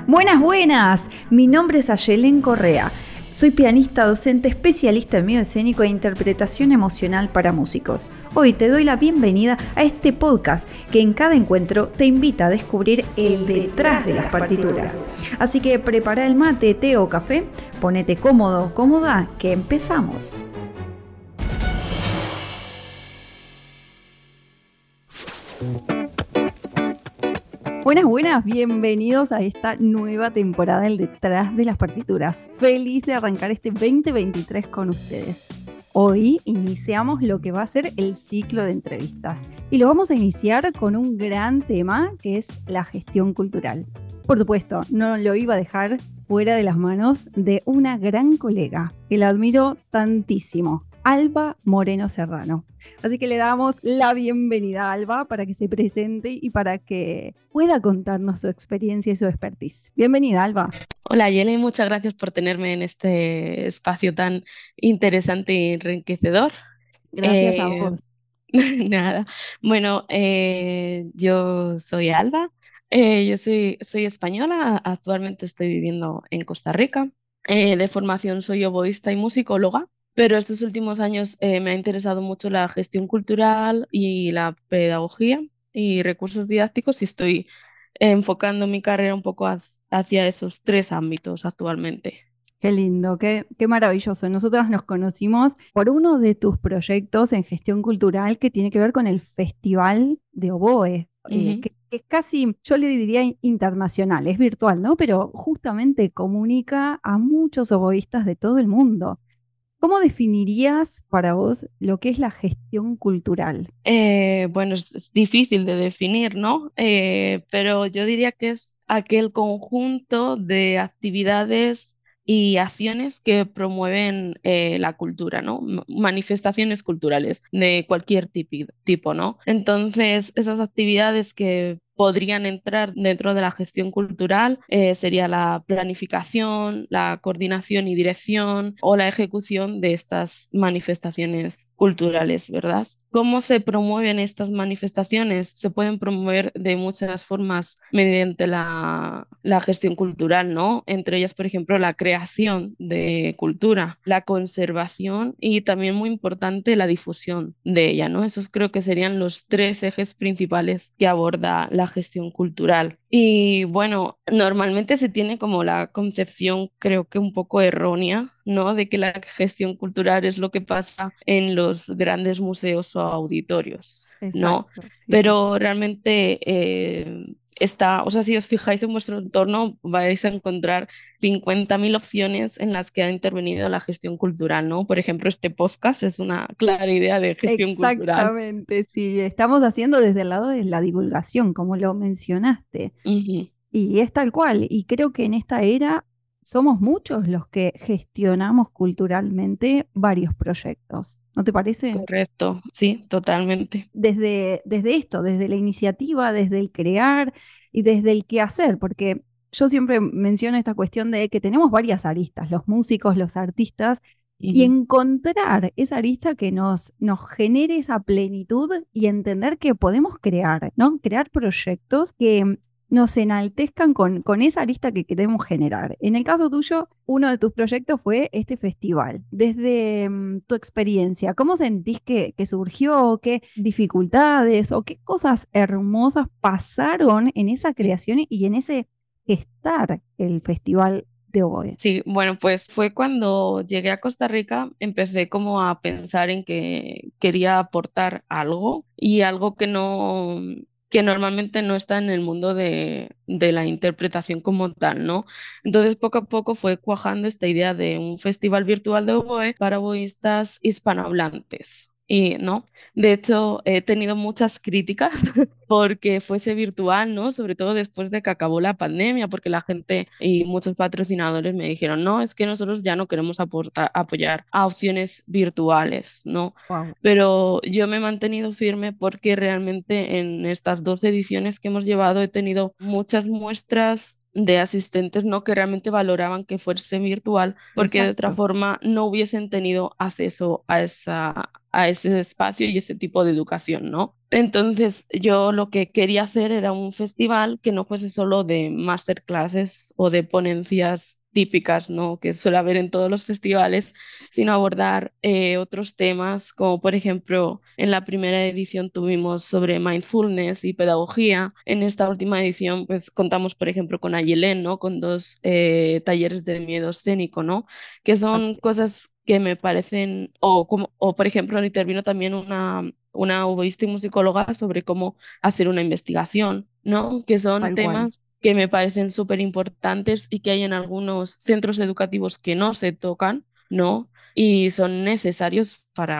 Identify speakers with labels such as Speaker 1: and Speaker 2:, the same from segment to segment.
Speaker 1: Buenas, buenas. Mi nombre es Ayelen Correa. Soy pianista, docente, especialista en medio escénico e interpretación emocional para músicos. Hoy te doy la bienvenida a este podcast que en cada encuentro te invita a descubrir el detrás de las partituras. Así que prepara el mate, té o café, ponete cómodo, cómoda, que empezamos. Buenas, buenas, bienvenidos a esta nueva temporada del Detrás de las Partituras. Feliz de arrancar este 2023 con ustedes. Hoy iniciamos lo que va a ser el ciclo de entrevistas y lo vamos a iniciar con un gran tema que es la gestión cultural. Por supuesto, no lo iba a dejar fuera de las manos de una gran colega que la admiro tantísimo, Alba Moreno Serrano. Así que le damos la bienvenida a Alba para que se presente y para que pueda contarnos su experiencia y su expertise. Bienvenida, Alba.
Speaker 2: Hola, Yele, muchas gracias por tenerme en este espacio tan interesante y enriquecedor.
Speaker 1: Gracias a
Speaker 2: Eh,
Speaker 1: vos.
Speaker 2: Nada, bueno, yo soy Alba, yo soy española, actualmente estoy viviendo en Costa Rica. De formación soy oboísta y musicóloga, pero estos últimos años me ha interesado mucho la gestión cultural y la pedagogía y recursos didácticos y estoy enfocando mi carrera un poco hacia esos tres ámbitos actualmente.
Speaker 1: Qué lindo, qué maravilloso. Nosotras nos conocimos por uno de tus proyectos en gestión cultural que tiene que ver con el Festival de Oboe,
Speaker 2: Ujú.
Speaker 1: que es casi, yo le diría internacional, es virtual, ¿no? Pero justamente comunica a muchos oboístas de todo el mundo. ¿Cómo definirías para vos lo que es la gestión cultural?
Speaker 2: Bueno, es difícil de definir, ¿no? Pero yo diría que es aquel conjunto de actividades y acciones que promueven la cultura, ¿no? Manifestaciones culturales de cualquier tipo, ¿no? Entonces, esas actividades que podrían entrar dentro de la gestión cultural sería la planificación, la coordinación y dirección o la ejecución de estas manifestaciones culturales, ¿verdad? ¿Cómo se promueven estas manifestaciones? Se pueden promover de muchas formas mediante la gestión cultural, ¿no? Entre ellas, por ejemplo, la creación de cultura, la conservación y también muy importante la difusión de ella, ¿no? Esos creo que serían los tres ejes principales que aborda la gestión cultural. Y bueno, normalmente se tiene como la concepción, creo que un poco errónea, ¿no? De que la gestión cultural es lo que pasa en los grandes museos o auditorios, ¿no?
Speaker 1: Exacto, sí, sí.
Speaker 2: Pero realmente está, o sea, si os fijáis en vuestro entorno, vais a encontrar 50.000 opciones en las que ha intervenido la gestión cultural, ¿no? Por ejemplo, este podcast es una clara idea de gestión cultural.
Speaker 1: Exactamente, sí. Estamos haciendo desde el lado de la divulgación, como lo mencionaste.
Speaker 2: Ujú.
Speaker 1: Y es tal cual. Y creo que en esta era somos muchos los que gestionamos culturalmente varios proyectos. ¿No te parece?
Speaker 2: Correcto, sí, totalmente.
Speaker 1: Desde esto, desde la iniciativa, desde el crear y desde el qué hacer, porque yo siempre menciono esta cuestión de que tenemos varias aristas, los músicos, los artistas, y
Speaker 2: Ujú.
Speaker 1: encontrar esa arista que nos genere esa plenitud y entender que podemos crear, ¿no? Crear proyectos que nos enaltezcan con esa arista que queremos generar. En el caso tuyo, uno de tus proyectos fue este festival. Desde tu experiencia, ¿cómo sentís que surgió? ¿Qué dificultades o qué cosas hermosas pasaron en esa creación y en ese gestar el festival de Oboe?
Speaker 2: Sí, bueno, pues fue cuando llegué a Costa Rica, empecé como a pensar en que quería aportar algo y algo que normalmente no está en el mundo de la interpretación como tal, ¿no? Entonces poco a poco fue cuajando esta idea de un festival virtual de oboe para oboístas hispanohablantes. Y no, de hecho he tenido muchas críticas porque fuese virtual, ¿no? Sobre todo después de que acabó la pandemia, porque la gente y muchos patrocinadores me dijeron, no, es que nosotros ya no queremos apoyar a opciones virtuales, ¿no?
Speaker 1: Wow.
Speaker 2: Pero yo me he mantenido firme porque realmente en estas dos ediciones que hemos llevado he tenido muchas muestras de asistentes, ¿no? Que realmente valoraban que fuese virtual, porque de otra
Speaker 1: Exacto,
Speaker 2: forma no hubiesen tenido acceso a ese espacio y ese tipo de educación, ¿no? Entonces, yo lo que quería hacer era un festival que no fuese solo de masterclasses o de ponencias típicas, ¿no? Que suele haber en todos los festivales, sino abordar otros temas, como por ejemplo, en la primera edición tuvimos sobre mindfulness y pedagogía. En esta última edición, pues contamos, por ejemplo, con Ayelén, ¿no? Con dos talleres de miedo escénico, ¿no? Que son
Speaker 1: así es,
Speaker 2: cosas que me parecen, o por ejemplo, intervino también una oboísta y musicóloga sobre cómo hacer una investigación, ¿no? Que son
Speaker 1: tal cual.
Speaker 2: temas que me parecen súper importantes y que hay en algunos centros educativos que no se tocan, ¿no? Y son necesarios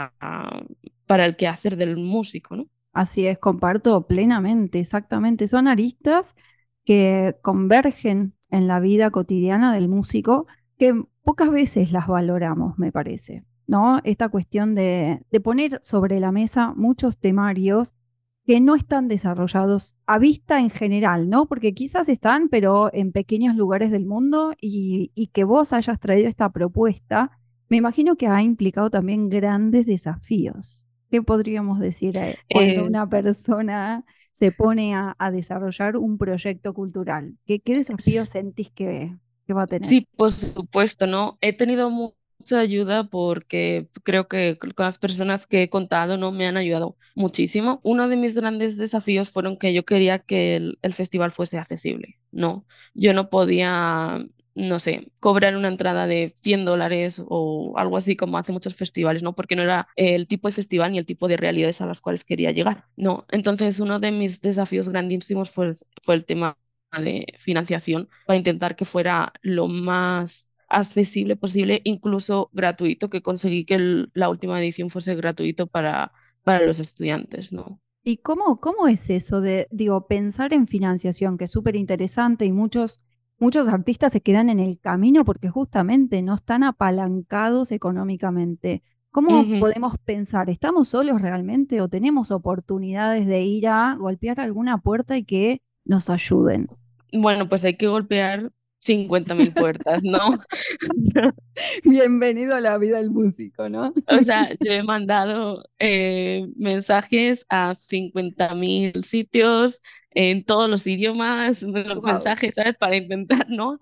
Speaker 2: para el quehacer del músico, ¿no?
Speaker 1: Así es, comparto plenamente, exactamente. Son aristas que convergen en la vida cotidiana del músico que pocas veces las valoramos, me parece, ¿no? Esta cuestión de poner sobre la mesa muchos temarios que no están desarrollados a vista en general, ¿no? Porque quizás están, pero en pequeños lugares del mundo y que vos hayas traído esta propuesta, me imagino que ha implicado también grandes desafíos. ¿Qué podríamos decir cuando
Speaker 2: Eh,
Speaker 1: una persona se pone a desarrollar un proyecto cultural? ¿Qué desafíos sentís que va a tener?
Speaker 2: Sí, por supuesto, ¿no? He tenido mucha ayuda porque creo que con las personas que he contado, ¿no? Me han ayudado muchísimo. Uno de mis grandes desafíos fueron que yo quería que el festival fuese accesible, ¿no? Yo no podía, no sé, cobrar una entrada de $100 o algo así como hace muchos festivales, ¿no? Porque no era el tipo de festival ni el tipo de realidades a las cuales quería llegar, ¿no? Entonces, uno de mis desafíos grandísimos fue el tema de financiación para intentar que fuera lo más accesible posible, incluso gratuito, que conseguí que la última edición fuese gratuito para los estudiantes, ¿no?
Speaker 1: ¿Y cómo es eso de, digo, pensar en financiación, que es súper interesante y muchos artistas se quedan en el camino porque justamente no están apalancados económicamente? ¿Cómo
Speaker 2: Ujú.
Speaker 1: podemos pensar? ¿Estamos solos realmente o tenemos oportunidades de ir a golpear alguna puerta y que nos ayuden?
Speaker 2: Bueno, pues hay que golpear 50.000 puertas, ¿no?
Speaker 1: Bienvenido a la vida del músico, ¿no?
Speaker 2: O sea, yo he mandado mensajes a 50.000 sitios en todos los idiomas, los
Speaker 1: Wow,
Speaker 2: mensajes, ¿sabes? Para intentar, ¿no?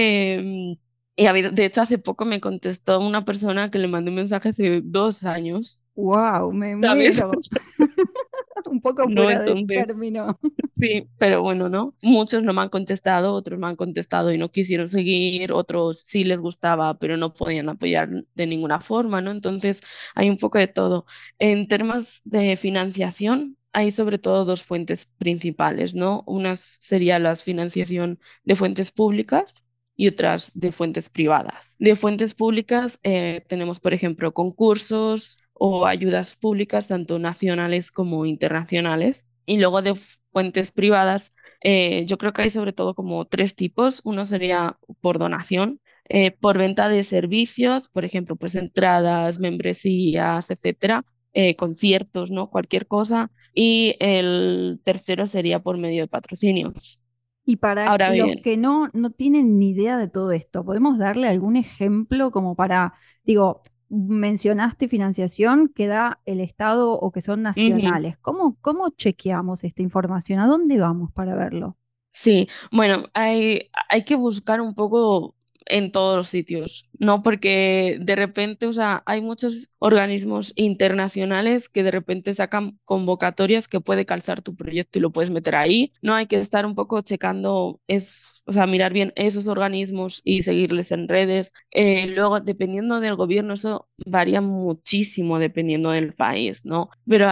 Speaker 2: Y de hecho, hace poco me contestó una persona que le mandé un mensaje hace 2 años,
Speaker 1: wow, me
Speaker 2: ¿sabes?
Speaker 1: muero. Un poco
Speaker 2: No,
Speaker 1: fuera de
Speaker 2: entonces,
Speaker 1: término.
Speaker 2: sí, pero bueno, ¿no? Muchos no me han contestado, otros me han contestado y no quisieron seguir, otros sí les gustaba, pero no podían apoyar de ninguna forma, ¿no? Entonces, hay un poco de todo. En temas de financiación, hay sobre todo dos fuentes principales, ¿no? Unas sería la financiación de fuentes públicas y otras de fuentes privadas. De fuentes públicas tenemos, por ejemplo, concursos o ayudas públicas, tanto nacionales como internacionales. Y luego de fuentes privadas, yo creo que hay sobre todo como tres tipos. Uno sería por donación, por venta de servicios, por ejemplo, pues entradas, membresías, etcétera, conciertos, ¿no? Cualquier cosa. Y el tercero sería por medio de patrocinios.
Speaker 1: Y para
Speaker 2: Ahora
Speaker 1: los
Speaker 2: bien,
Speaker 1: que no tienen ni idea de todo esto, ¿podemos darle algún ejemplo como para, digo, mencionaste financiación que da el Estado o que son
Speaker 2: ujú.
Speaker 1: nacionales? ¿Cómo chequeamos esta información? ¿A dónde vamos para verlo?
Speaker 2: Sí, bueno, hay que buscar un poco en todos los sitios, ¿no? Porque de repente, o sea, hay muchos organismos internacionales que de repente sacan convocatorias que puede calzar tu proyecto y lo puedes meter ahí, ¿no? Hay que estar un poco checando, o sea, mirar bien esos organismos y seguirles en redes. Luego, dependiendo del gobierno, eso varía muchísimo dependiendo del país, ¿no? Pero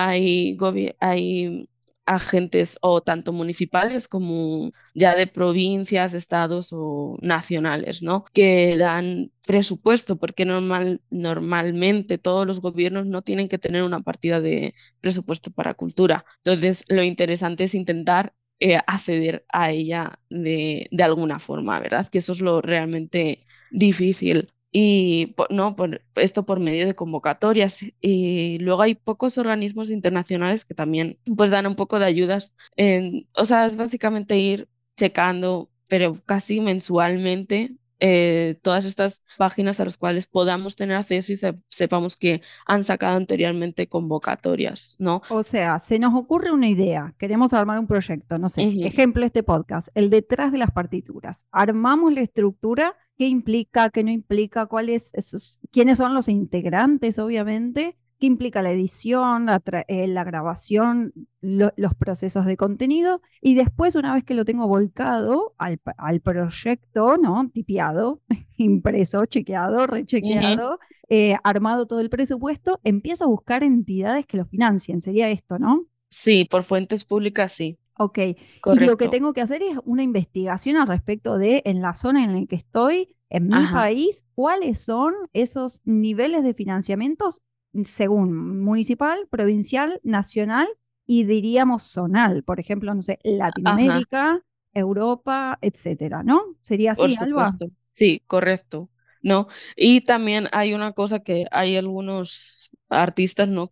Speaker 2: hay agentes o tanto municipales como ya de provincias, estados o nacionales, ¿no? Que dan presupuesto, porque normalmente todos los gobiernos no tienen que tener una partida de presupuesto para cultura. Entonces, lo interesante es intentar acceder a ella de alguna forma, ¿verdad? Que eso es lo realmente difícil. Y no, esto por medio de convocatorias. Y luego hay pocos organismos internacionales que también pues dan un poco de ayudas. O sea, es básicamente ir checando pero casi mensualmente. Todas estas páginas a las cuales podamos tener acceso y sepamos que han sacado anteriormente convocatorias, ¿no?
Speaker 1: O sea, se nos ocurre una idea, queremos armar un proyecto, no sé,
Speaker 2: Ujú,
Speaker 1: ejemplo este podcast, el detrás de las partituras. Armamos la estructura, qué implica, qué no implica, quiénes son los integrantes, obviamente, qué implica la edición, la grabación, los procesos de contenido, y después, una vez que lo tengo volcado al proyecto, ¿no? Tipiado, impreso, chequeado,
Speaker 2: ujú.
Speaker 1: rechequeado, armado todo el presupuesto, empiezo a buscar entidades que lo financien. Sería esto, ¿no?
Speaker 2: Sí, por fuentes públicas, sí,
Speaker 1: Ok. Y lo que
Speaker 2: correcto.
Speaker 1: tengo que hacer es una investigación al respecto de, en la zona en la que estoy, en mi
Speaker 2: Ajá,
Speaker 1: país, cuáles son esos niveles de financiamientos según municipal, provincial, nacional y diríamos zonal. Por ejemplo, no sé,
Speaker 2: ajá,
Speaker 1: Latinoamérica, Europa, etcétera, ¿no? ¿Sería
Speaker 2: por
Speaker 1: así, Alba?
Speaker 2: supuesto. Sí, correcto. ¿No? Y también hay una cosa que hay algunos artistas, ¿no?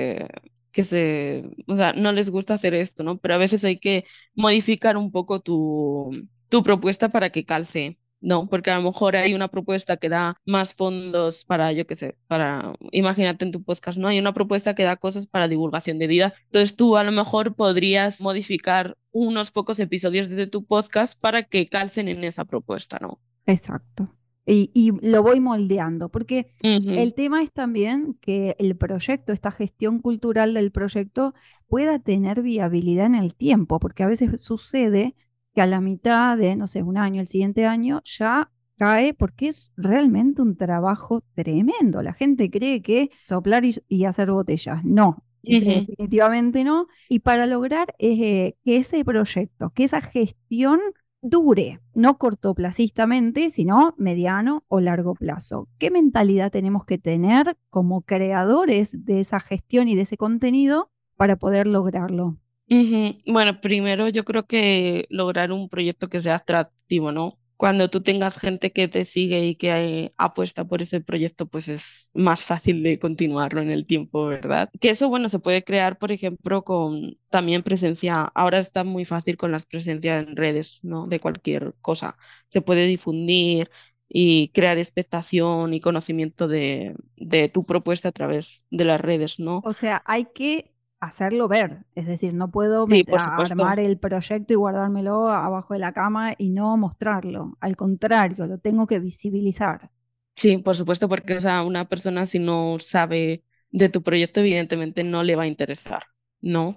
Speaker 2: O sea, no les gusta hacer esto, ¿no? Pero a veces hay que modificar un poco tu propuesta para que calce, ¿no? Porque a lo mejor hay una propuesta que da más fondos para, yo qué sé, imagínate en tu podcast, ¿no? Hay una propuesta que da cosas para divulgación de vida. Entonces tú a lo mejor podrías modificar unos pocos episodios de tu podcast para que calcen en esa propuesta, ¿no?
Speaker 1: Exacto. Y lo voy moldeando, porque
Speaker 2: Ujú,
Speaker 1: el tema es también que el proyecto, esta gestión cultural del proyecto, pueda tener viabilidad en el tiempo, porque a veces sucede que a la mitad de, no sé, un año, el siguiente año, ya cae porque es realmente un trabajo tremendo. La gente cree que soplar y hacer botellas. No,
Speaker 2: ujú,
Speaker 1: definitivamente no. Y para lograr que ese proyecto, que esa gestión dure, no cortoplacistamente, sino mediano o largo plazo. ¿Qué mentalidad tenemos que tener como creadores de esa gestión y de ese contenido para poder lograrlo?
Speaker 2: ujú. Bueno, primero yo creo que lograr un proyecto que sea atractivo, ¿no? Cuando tú tengas gente que te sigue y que apuesta por ese proyecto, pues es más fácil de continuarlo en el tiempo, ¿verdad? Que eso, bueno, se puede crear, por ejemplo, con también presencia. Ahora está muy fácil con las presencias en redes, ¿no? De cualquier cosa. Se puede difundir y crear expectación y conocimiento de tu propuesta a través de las redes, ¿no?
Speaker 1: O sea, hay que hacerlo ver, es decir, no puedo
Speaker 2: Sí, por
Speaker 1: armar
Speaker 2: supuesto.
Speaker 1: el proyecto y guardármelo abajo de la cama y no mostrarlo. Al contrario, lo tengo que visibilizar.
Speaker 2: Sí, por supuesto, porque o sea, una persona si no sabe de tu proyecto, evidentemente no le va a interesar, ¿no?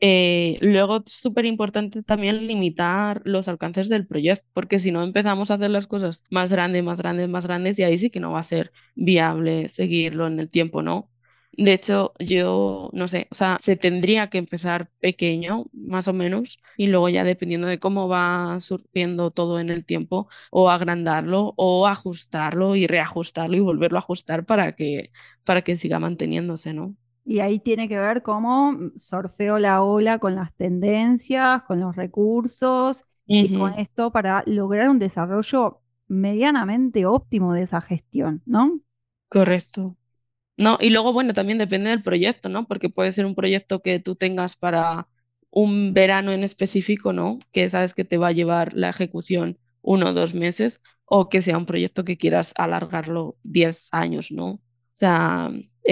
Speaker 2: Luego es súper importante también limitar los alcances del proyecto, porque si no empezamos a hacer las cosas más grandes, más grandes, más grandes, y ahí sí que no va a ser viable seguirlo en el tiempo, ¿no? De hecho, yo no sé, o sea, se tendría que empezar pequeño, más o menos, y luego ya dependiendo de cómo va surgiendo todo en el tiempo o agrandarlo o ajustarlo y reajustarlo y volverlo a ajustar para que siga manteniéndose, ¿no?
Speaker 1: Y ahí tiene que ver cómo surfeo la ola con las tendencias, con los recursos y con
Speaker 2: Ujú,
Speaker 1: esto para lograr un desarrollo medianamente óptimo de esa gestión, ¿no?
Speaker 2: correcto. No, y luego, bueno, también depende del proyecto, ¿no? Porque puede ser un proyecto que tú tengas para un verano en específico, ¿no? Que sabes que te va a llevar la ejecución 1 o 2 meses, o que sea un proyecto que quieras alargarlo 10 años, ¿no? O sea,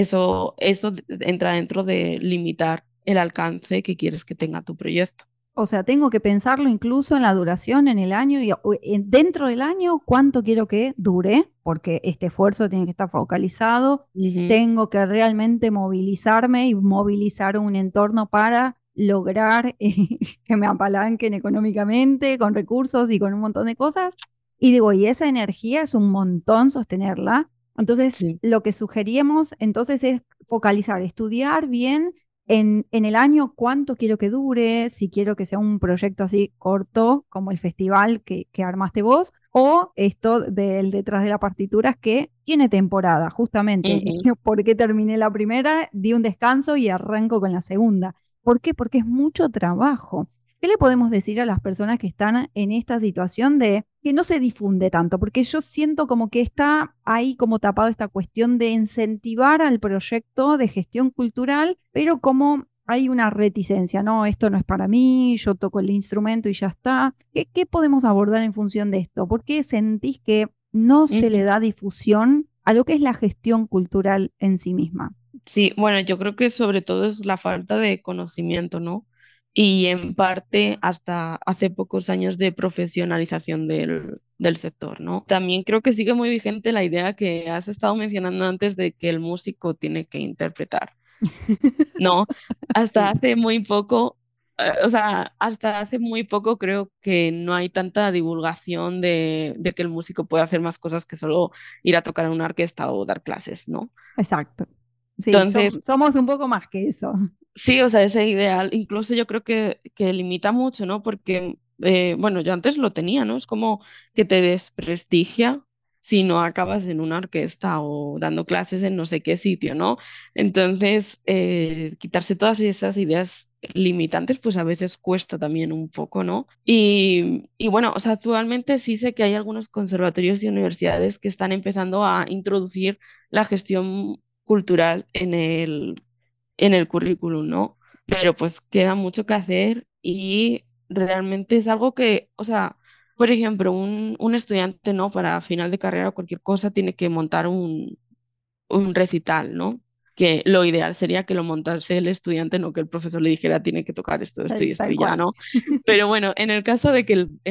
Speaker 2: eso entra dentro de limitar el alcance que quieres que tenga tu proyecto.
Speaker 1: O sea, tengo que pensarlo incluso en la duración, en el año y dentro del año, cuánto quiero que dure, porque este esfuerzo tiene que estar focalizado.
Speaker 2: Ujú,
Speaker 1: Tengo que realmente movilizarme y movilizar un entorno para lograr que me apalanquen económicamente, con recursos y con un montón de cosas. Y digo, y esa energía es un montón sostenerla. Entonces,
Speaker 2: sí.
Speaker 1: lo que sugeríamos entonces es focalizar, estudiar bien en el año cuánto quiero que dure, si quiero que sea un proyecto así corto como el festival que armaste vos, o esto del detrás de las partituras que tiene temporada, justamente.
Speaker 2: Ujú,
Speaker 1: ¿Por qué terminé la primera? Di un descanso y arranco con la segunda. ¿Por qué? Porque es mucho trabajo. ¿Qué le podemos decir a las personas que están en esta situación de que no se difunde tanto? Porque yo siento como que está ahí como tapado esta cuestión de incentivar al proyecto de gestión cultural, pero como hay una reticencia, no, esto no es para mí, yo toco el instrumento y ya está. ¿Qué podemos abordar en función de esto? ¿Por qué sentís que no se le
Speaker 2: Ujú.
Speaker 1: da difusión a lo que es la gestión cultural en sí misma?
Speaker 2: Sí, bueno, yo creo que sobre todo es la falta de conocimiento, ¿no? Y en parte hasta hace pocos años de profesionalización del sector, ¿no? También creo que sigue muy vigente la idea que has estado mencionando antes de que el músico tiene que interpretar. No, hasta
Speaker 1: Sí,
Speaker 2: hace muy poco, o sea, hasta hace muy poco creo que no hay tanta divulgación de que el músico puede hacer más cosas que solo ir a tocar en una orquesta o dar clases, ¿no?
Speaker 1: exacto. Sí,
Speaker 2: Entonces,
Speaker 1: somos un poco más que eso.
Speaker 2: sí, o sea, ese ideal, incluso yo creo que limita mucho, ¿no? Porque, bueno, yo antes lo tenía, ¿no? Es como que te desprestigia si no acabas en una orquesta o dando clases en no sé qué sitio, ¿no? Entonces, quitarse todas esas ideas limitantes, pues a veces cuesta también un poco, ¿no? Y bueno, o sea, actualmente sí sé que hay algunos conservatorios y universidades que están empezando a introducir la gestión cultural en el currículum, ¿no? Pero pues queda mucho que hacer y realmente es algo que, o sea, por ejemplo, un estudiante, ¿no? Para final de carrera o cualquier cosa tiene que montar un recital, ¿no? Que lo ideal sería que lo montase el estudiante, no que el profesor le dijera tiene que tocar esto y esto
Speaker 1: Tal
Speaker 2: y ya,
Speaker 1: cual.
Speaker 2: ¿no? Pero bueno, en el caso de que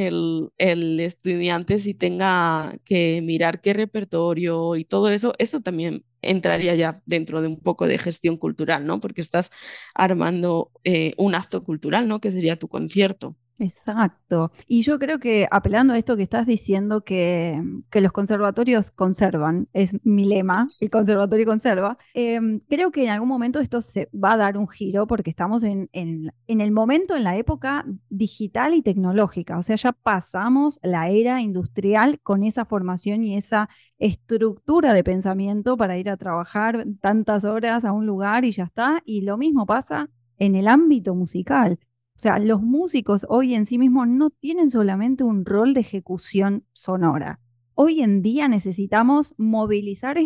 Speaker 2: el estudiante sí tenga que mirar qué repertorio y todo eso, eso también entraría ya dentro de un poco de gestión cultural, ¿no? Porque estás armando un acto cultural, ¿no? Que sería tu concierto.
Speaker 1: Exacto. Y yo creo que apelando a esto que estás diciendo, que los conservatorios conservan, es mi lema, el conservatorio conserva, creo que en algún momento esto se va a dar un giro porque estamos en el momento, en la época digital y tecnológica. O sea, ya pasamos la era industrial con esa formación y esa estructura de pensamiento para ir a trabajar tantas horas a un lugar y ya está. Y lo mismo pasa en el ámbito musical. O sea, los músicos hoy en sí mismos no tienen solamente un rol de ejecución sonora. Hoy en día necesitamos movilizar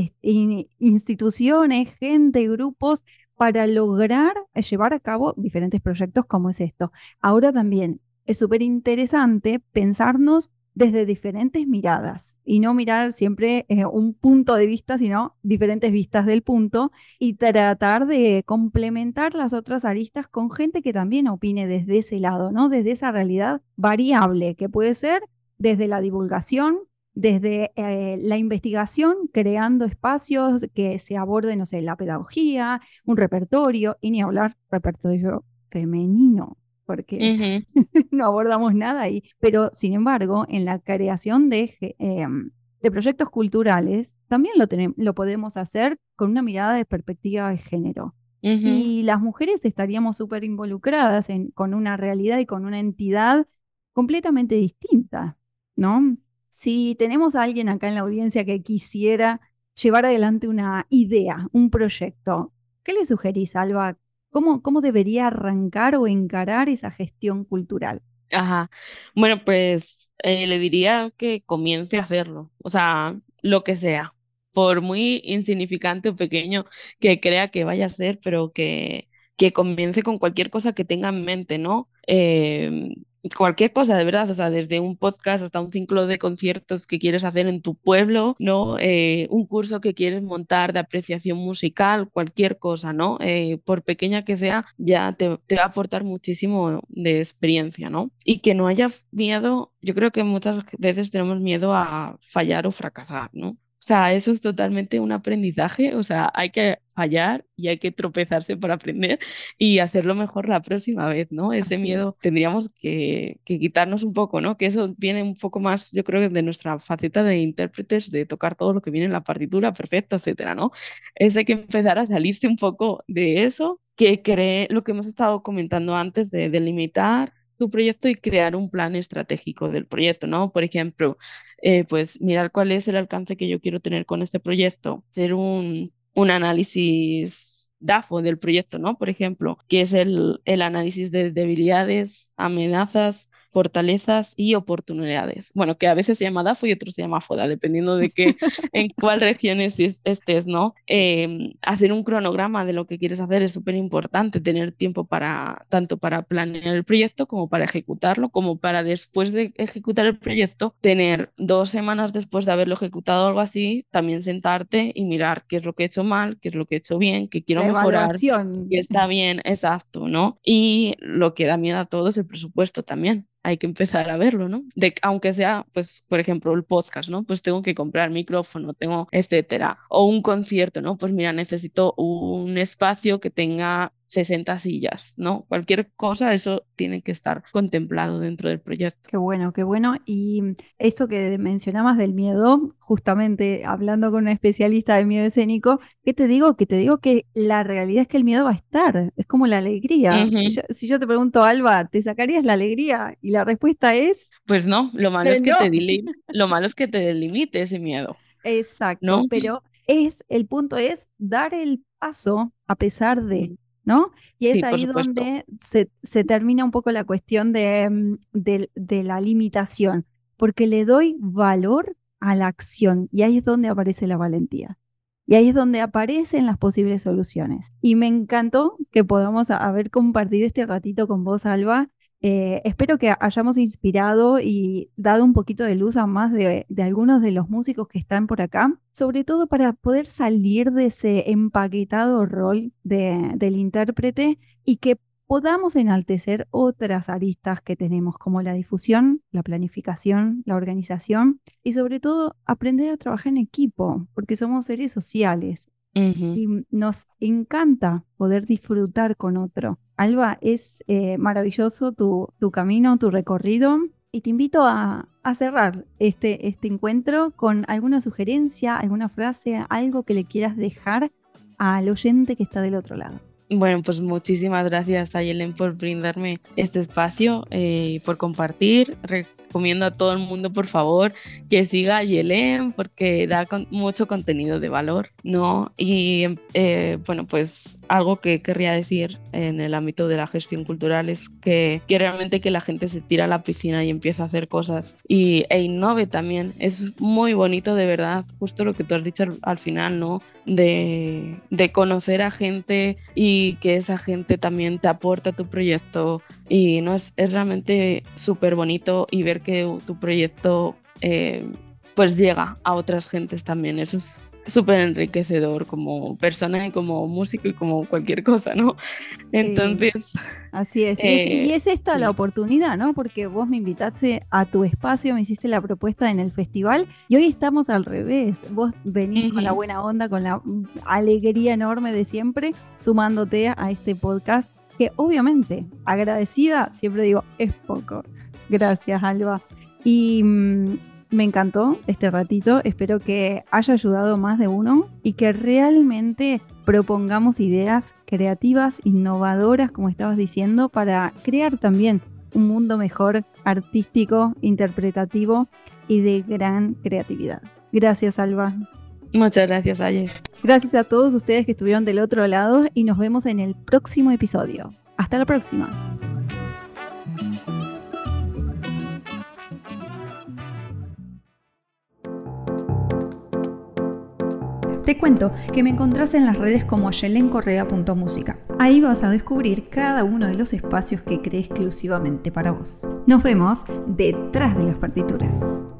Speaker 1: instituciones, gente, grupos para lograr llevar a cabo diferentes proyectos como es esto. Ahora también es súper interesante pensarnos desde diferentes miradas y no mirar siempre un punto de vista, sino diferentes vistas del punto y tratar de complementar las otras aristas con gente que también opine desde ese lado, ¿no? Desde esa realidad variable que puede ser desde la divulgación, desde la investigación, creando espacios que se aborden, no sé, la pedagogía, un repertorio, y ni hablar repertorio femenino, porque
Speaker 2: Ujú,
Speaker 1: no abordamos nada ahí. Pero, sin embargo, en la creación de proyectos culturales, también lo podemos hacer con una mirada de perspectiva de género.
Speaker 2: ujú.
Speaker 1: Y las mujeres estaríamos súper involucradas con una realidad y con una entidad completamente distinta, ¿no? Si tenemos a alguien acá en la audiencia que quisiera llevar adelante una idea, un proyecto, ¿qué le sugerís, Alba? ¿Cómo debería arrancar o encarar esa gestión cultural?
Speaker 2: Ajá. Bueno, pues le diría que comience a hacerlo, o sea, lo que sea, por muy insignificante o pequeño que crea que vaya a ser, pero que comience con cualquier cosa que tenga en mente, ¿no? Cualquier cosa, de verdad, o sea, desde un podcast hasta un ciclo de conciertos que quieres hacer en tu pueblo, ¿no? Un curso que quieres montar de apreciación musical, cualquier cosa, ¿no? Por pequeña que sea, ya te va a aportar muchísimo de experiencia, ¿no? Y que no haya miedo, yo creo que muchas veces tenemos miedo a fallar o fracasar, ¿no? O sea, eso es totalmente un aprendizaje, o sea, hay que fallar y hay que tropezarse para aprender y hacerlo mejor la próxima vez, ¿no? Ese
Speaker 1: Así es.
Speaker 2: miedo tendríamos que quitarnos un poco, ¿no? Que eso viene un poco más, yo creo, de nuestra faceta de intérpretes, de tocar todo lo que viene en la partitura, perfecto, etcétera, ¿no? Es hay que empezar a salirse un poco de eso, que cree lo que hemos estado comentando antes de delimitar tu proyecto y crear un plan estratégico del proyecto, ¿no? Por ejemplo, pues mirar cuál es el alcance que yo quiero tener con este proyecto, hacer un análisis DAFO del proyecto, ¿no? Por ejemplo, que es el análisis de debilidades, amenazas, fortalezas y oportunidades. Bueno, que a veces se llama DAFO y otros se llama FODA, dependiendo de qué, en cuál región estés, ¿no? Hacer un cronograma de lo que quieres hacer es súper importante, tener tiempo tanto para planear el proyecto como para ejecutarlo, como para después de ejecutar el proyecto, tener 2 semanas después de haberlo ejecutado o algo así, también sentarte y mirar qué es lo que he hecho mal, qué es lo que he hecho bien, qué quiero
Speaker 1: La
Speaker 2: mejorar,
Speaker 1: evaluación.
Speaker 2: qué está bien, exacto, ¿no? Y lo que da miedo a todos es el presupuesto también. Hay que empezar a verlo, ¿no? Aunque sea, pues, por ejemplo, el podcast, ¿no? Pues tengo que comprar micrófono, tengo, etcétera. O un concierto, ¿no? Pues mira, necesito un espacio que tenga 60 sillas, ¿no? Cualquier cosa, eso tiene que estar contemplado dentro del proyecto.
Speaker 1: Qué bueno, qué bueno. Y esto que mencionabas del miedo, justamente hablando con un especialista de miedo escénico, ¿qué te digo? Que te digo que la realidad es que el miedo va a estar, es como la alegría.
Speaker 2: Ujú.
Speaker 1: Si yo te pregunto, Alba, ¿te sacarías la alegría? Y la respuesta es
Speaker 2: Pues no, lo malo
Speaker 1: que
Speaker 2: es que
Speaker 1: no.
Speaker 2: lo malo es que te delimite ese miedo,
Speaker 1: Exacto,
Speaker 2: ¿no?
Speaker 1: pero el punto es dar el paso a pesar de,
Speaker 2: Mm.
Speaker 1: ¿no? Y es
Speaker 2: Sí, por
Speaker 1: ahí
Speaker 2: supuesto.
Speaker 1: donde se termina un poco la cuestión de la limitación, porque le doy valor a la acción y ahí es donde aparece la valentía. Y ahí es donde aparecen las posibles soluciones. Y me encantó que podamos haber compartido este ratito con vos, Alba. Espero que hayamos inspirado y dado un poquito de luz a más de algunos de los músicos que están por acá, sobre todo para poder salir de ese empaquetado rol del intérprete y que podamos enaltecer otras aristas que tenemos, como la difusión, la planificación, la organización y sobre todo aprender a trabajar en equipo, porque somos seres sociales
Speaker 2: Ujú.
Speaker 1: y nos encanta poder disfrutar con otro. Alba, es maravilloso tu camino, tu recorrido y te invito a cerrar este encuentro con alguna sugerencia, alguna frase, algo que le quieras dejar al oyente que está del otro lado.
Speaker 2: Bueno, pues muchísimas gracias a Yelen por brindarme este espacio y por compartir. Recomiendo a todo el mundo, por favor, que siga a Yelen porque da mucho contenido de valor, ¿no? Y bueno, pues algo que querría decir en el ámbito de la gestión cultural es que realmente que la gente se tira a la piscina y empieza a hacer cosas e innove también. Es muy bonito, de verdad, justo lo que tú has dicho al final, ¿no? De conocer a gente y que esa gente también te aporta a tu proyecto y no es realmente súper bonito y ver que tu proyecto pues llega a otras gentes también. Eso es súper enriquecedor como persona y como músico y como cualquier cosa, ¿no?
Speaker 1: Sí.
Speaker 2: Entonces,
Speaker 1: Así es, y
Speaker 2: eh,
Speaker 1: es esta la
Speaker 2: sí.
Speaker 1: oportunidad, ¿no? Porque vos me invitaste a tu espacio, me hiciste la propuesta en el festival y hoy estamos al revés. Vos venís con la
Speaker 2: Ujú.
Speaker 1: buena onda, con la alegría enorme de siempre, sumándote a este podcast que obviamente, agradecida, siempre digo, es poco. Gracias, Alba. Y me encantó este ratito, espero que haya ayudado a más de uno y que realmente propongamos ideas creativas, innovadoras, como estabas diciendo, para crear también un mundo mejor, artístico, interpretativo y de gran creatividad. Gracias, Alba.
Speaker 2: Muchas gracias, Ayer.
Speaker 1: Gracias a todos ustedes que estuvieron del otro lado y nos vemos en el próximo episodio. Hasta la próxima. Te cuento que me encontrás en las redes como yelencorrea.musica. Ahí vas a descubrir cada uno de los espacios que creé exclusivamente para vos. Nos vemos detrás de las partituras.